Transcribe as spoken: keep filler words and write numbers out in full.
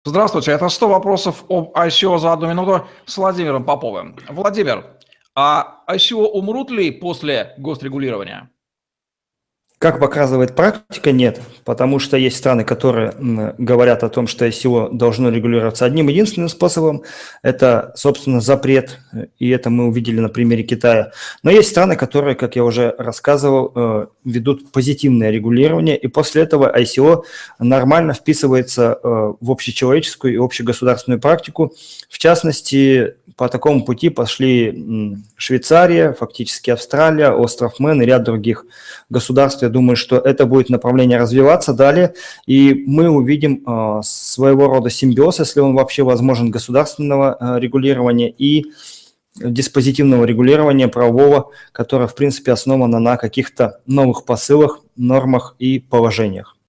Здравствуйте, это сто вопросов об ай си о за одну минуту с Владимиром Поповым. Владимир, а ай си о умрут ли после госрегулирования? Как показывает практика, нет, потому что есть страны, которые м, говорят о том, что ай си о должно регулироваться одним единственным способом, это, собственно, запрет, и это мы увидели на примере Китая. Но есть страны, которые, как я уже рассказывал, э, ведут позитивное регулирование, и после этого ай си о нормально вписывается э, в общечеловеческую и общегосударственную практику. В частности, по такому пути пошли м, Швейцария, фактически Австралия, остров Мэн и ряд других государств. Я думаю, что это будет направление развиваться далее, и мы увидим э, своего рода симбиоз, если он вообще возможен, государственного э, регулирования и диспозитивного регулирования правового, которое, в принципе, основано на каких-то новых посылах, нормах и положениях.